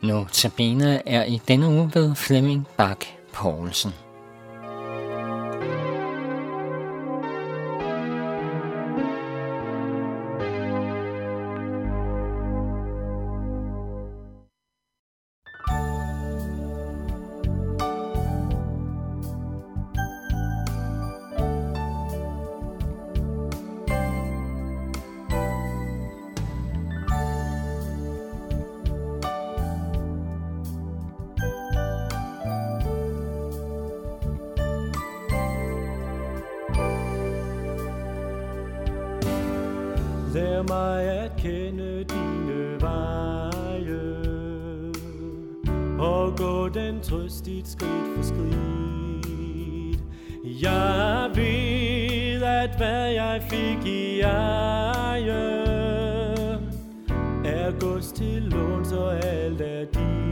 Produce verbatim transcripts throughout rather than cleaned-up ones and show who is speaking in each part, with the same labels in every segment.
Speaker 1: Notabene er i denne uge ved Flemming Bak Poulsen.
Speaker 2: Lær mig at kende dine veje og gå den trøstigt skridt for skridt. Jeg ved, at hvad jeg fik i eje er gods til låns, og alt er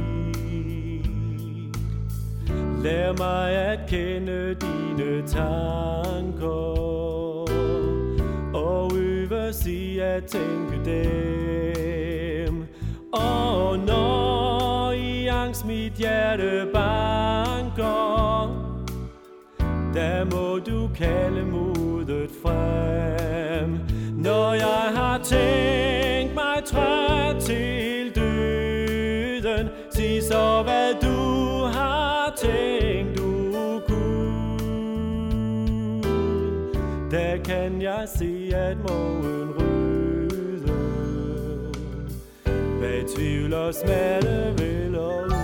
Speaker 2: dit. Lær mig at kende dine tanker og øves i at tænke dem. Og når i angst mit hjerte banker, der må du kalde modet frem. Når jeg har tænkt mig træt til døden, sig så hvad du har tænkt, du Gud. Der kan jeg se at morgen røde, hvad tvivl og smerte vælger ud.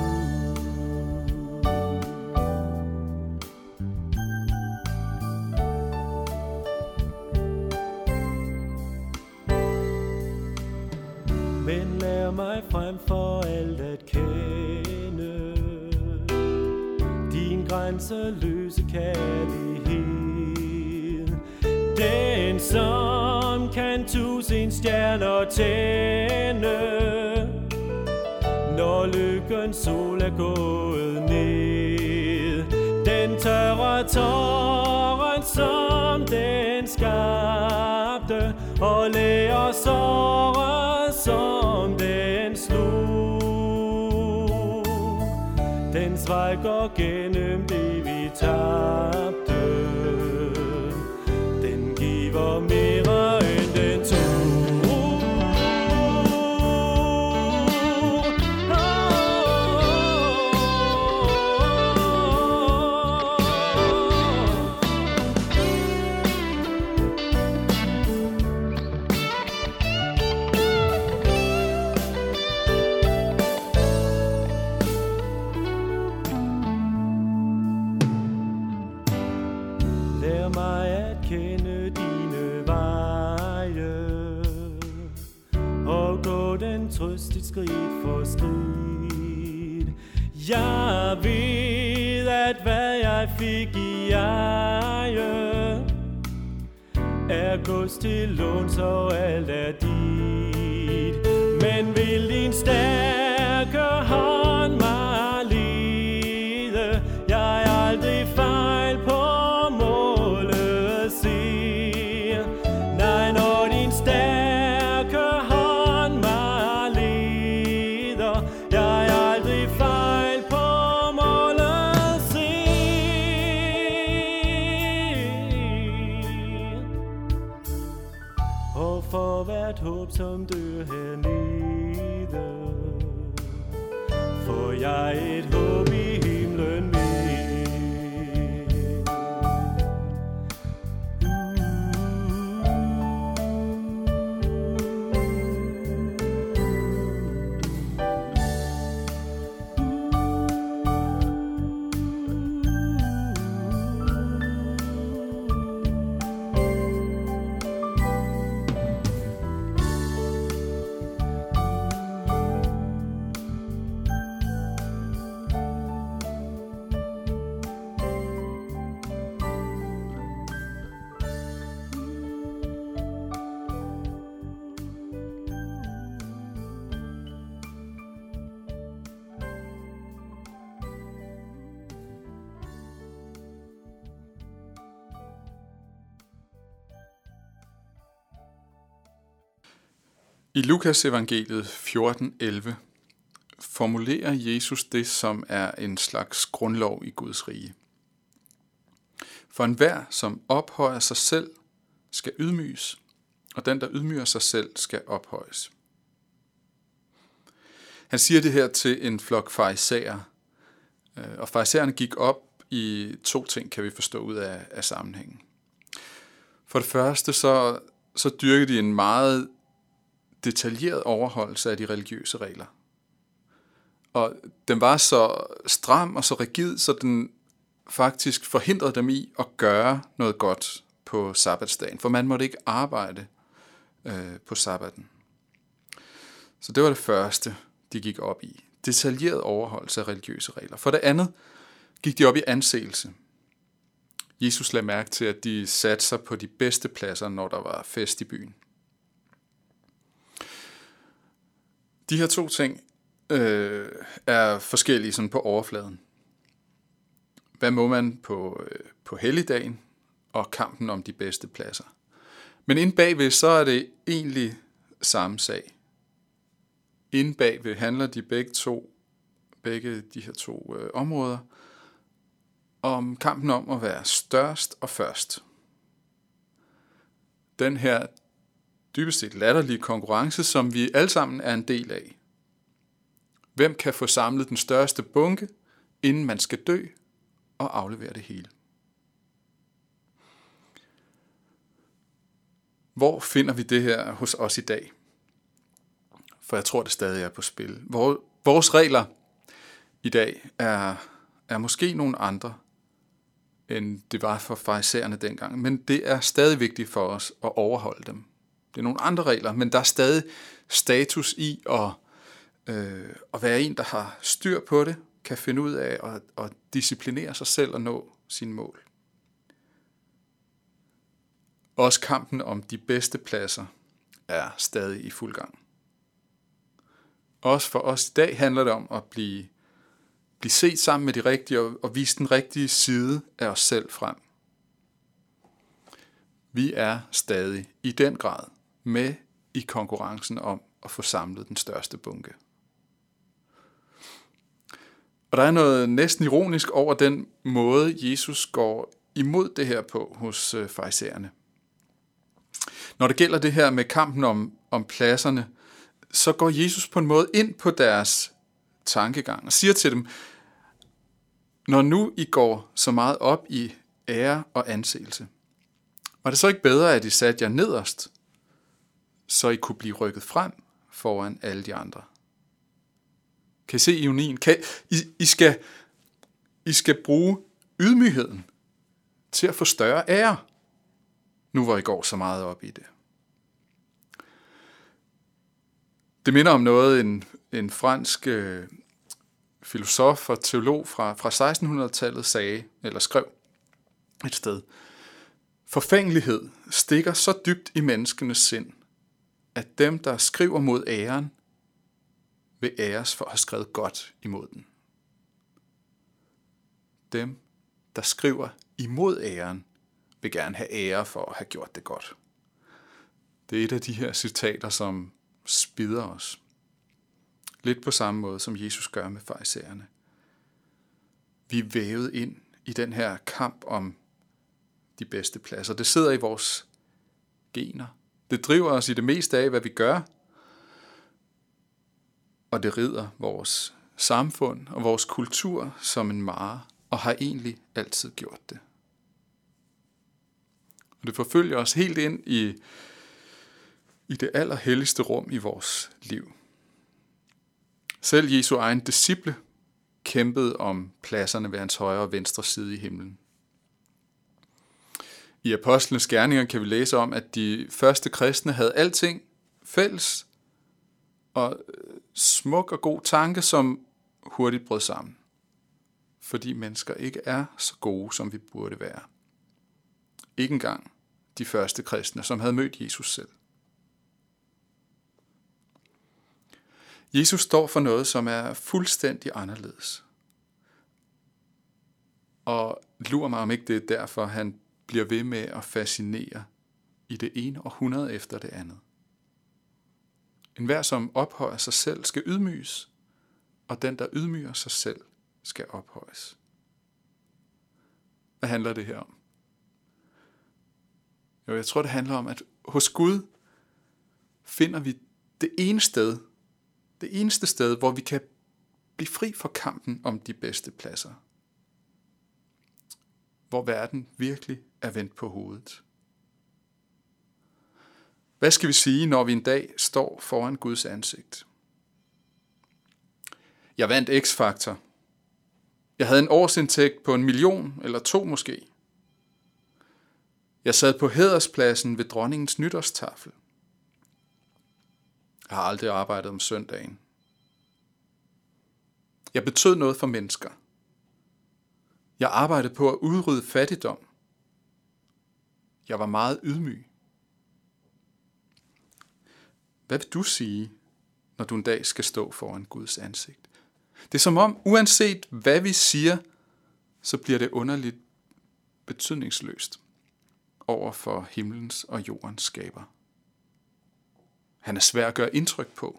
Speaker 2: Men lær mig frem for alt at kende din grænseløse kærlighed, den som kan tusind stjerner tænde, når lykkens sol er gået ned. Den tørre tåren som den skabte, og lærer såret som den slog. Dens vej går gennem det vi tabte, den giver mere end den tog. Lær mig at kende dine veje og gå den trøstigt skridt for skridt. Jeg ved, at hvad jeg fik i eje er gods til låns, og alt er dit. Men vil din stærke hånd mig lede, jeg er aldrig fejl på målet ser. Nej, når din stærke hånd mig leder, jeg er aldrig fejl på målet ser. Og for hvert håb som dør hernede, får jeg et håb i himlen med.
Speaker 3: I Lukas evangeliet fjorten elleve formulerer Jesus det, som er en slags grundlov i Guds rige. For enhver, som ophøjer sig selv, skal ydmyges, og den, der ydmyger sig selv, skal ophøjes. Han siger det her til en flok farisæer, og farisæerne gik op i to ting, kan vi forstå ud af, af sammenhængen. For det første, så, så dyrkede de en meget detaljeret overholdelse af de religiøse regler. Og den var så stram og så rigid, så den faktisk forhindrede dem i at gøre noget godt på sabbatsdagen, for man måtte ikke arbejde øh, på sabbaten. Så det var det første, de gik op i. Detaljeret overholdelse af religiøse regler. For det andet gik de op i anseelse. Jesus lagde mærke til, at de satte sig på de bedste pladser, når der var fest i byen. De her to ting øh, er forskellige sådan på overfladen. Hvad må man på, øh, på helligdagen og kampen om de bedste pladser? Men inde bagved, så er det egentlig samme sag. Inde bagved handler de begge to, begge de her to øh, områder om kampen om at være størst og først. Den her dybest set latterlige konkurrence, som vi alle sammen er en del af. Hvem kan få samlet den største bunke, inden man skal dø og aflevere det hele? Hvor finder vi det her hos os i dag? For jeg tror, det stadig er på spil. Vores regler i dag er, er måske nogle andre, end det var for farisæerne dengang. Men det er stadig vigtigt for os at overholde dem. Det er nogle andre regler, men der er stadig status i at, øh, at være en, der har styr på det, kan finde ud af at, at disciplinere sig selv og nå sine mål. Også kampen om de bedste pladser er stadig i fuld gang. Også for os i dag handler det om at blive, blive set sammen med de rigtige og, og vise den rigtige side af os selv frem. Vi er stadig i den grad med i konkurrencen om at få samlet den største bunke. Og der er noget næsten ironisk over den måde, Jesus går imod det her på hos øh, farisæerne. Når det gælder det her med kampen om, om pladserne, så går Jesus på en måde ind på deres tankegang og siger til dem, når nu I går så meget op i ære og anseelse, var det så ikke bedre, at I satte jer nederst, så I kunne blive rykket frem foran alle de andre? Kan I se ironien? Kan I, I, skal, I skal bruge ydmygheden til at få større ære, nu hvor I går så meget op i det. Det minder om noget, en, en fransk øh, filosof og teolog fra, fra sekstenhundredetallet sagde, eller skrev et sted. Forfængelighed stikker så dybt i menneskenes sind, at dem, der skriver mod æren, vil æres for at have skrevet godt imod den. Dem, der skriver imod æren, vil gerne have ære for at have gjort det godt. Det er et af de her citater, som spidder os. Lidt på samme måde, som Jesus gør med farisæerne. Vi er vævet ind i den her kamp om de bedste pladser. Det sidder i vores gener. Det driver os i det meste af, hvad vi gør. Og det rider vores samfund og vores kultur som en mare, og har egentlig altid gjort det. Og det forfølger os helt ind i, i det allerhelligste rum i vores liv. Selv Jesu egen disciple kæmpede om pladserne ved hans højre og venstre side i himlen. I apostlenes gerninger kan vi læse om, at de første kristne havde alting fælles, og smuk og god tanke, som hurtigt brød sammen. Fordi mennesker ikke er så gode, som vi burde være. Ikke engang de første kristne, som havde mødt Jesus selv. Jesus står for noget, som er fuldstændig anderledes. Og lurer mig, om ikke det er derfor, han bliver ved med at fascinere i det ene århundrede efter det andet. Enhver, som ophøjer sig selv, skal ydmyges, og den, der ydmyger sig selv, skal ophøjes. Hvad handler det her om? Jo, jeg tror, det handler om, at hos Gud finder vi det ene sted, det eneste sted, hvor vi kan blive fri for kampen om de bedste pladser. Hvor verden virkelig er vendt på hovedet. Hvad skal vi sige, når vi en dag står foran Guds ansigt? Jeg vandt X-Factor. Jeg havde en årsindtægt på en million eller to måske. Jeg sad på hæderspladsen ved dronningens nytårstafel. Jeg har aldrig arbejdet om søndagen. Jeg betød noget for mennesker. Jeg arbejdede på at udrydde fattigdom. Jeg var meget ydmyg. Hvad vil du sige, når du en dag skal stå foran Guds ansigt? Det er som om, uanset hvad vi siger, så bliver det underligt betydningsløst over for himlens og jordens skaber. Han er svær at gøre indtryk på.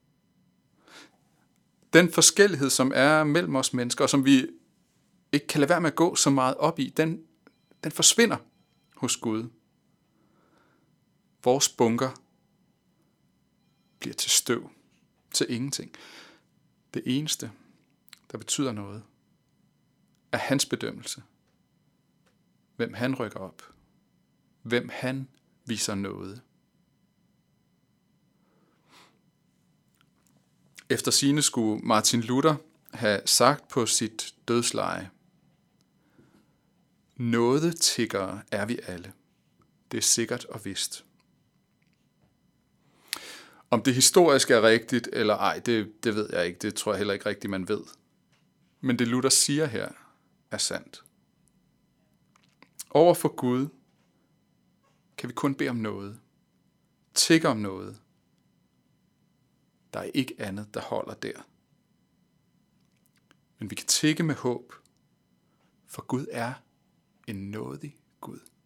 Speaker 3: Den forskellighed, som er mellem os mennesker, og som vi ikke kan lade være med at gå så meget op i, den, den forsvinder hos Gud. Vores bunker bliver til støv, til ingenting. Det eneste, der betyder noget, er hans bedømmelse. Hvem han rykker op. Hvem han viser noget. Efter sigende skulle Martin Luther have sagt på sit dødsleje: nådetiggere er vi alle. Det er sikkert og vist. Om det historisk er rigtigt eller ej, det, det ved jeg ikke. Det tror jeg heller ikke rigtigt, man ved. Men det Luther siger her, er sandt. Over for Gud kan vi kun bede om noget. Tigge om noget. Der er ikke andet, der holder der. Men vi kan tigge med håb, for Gud er en nådig Gud.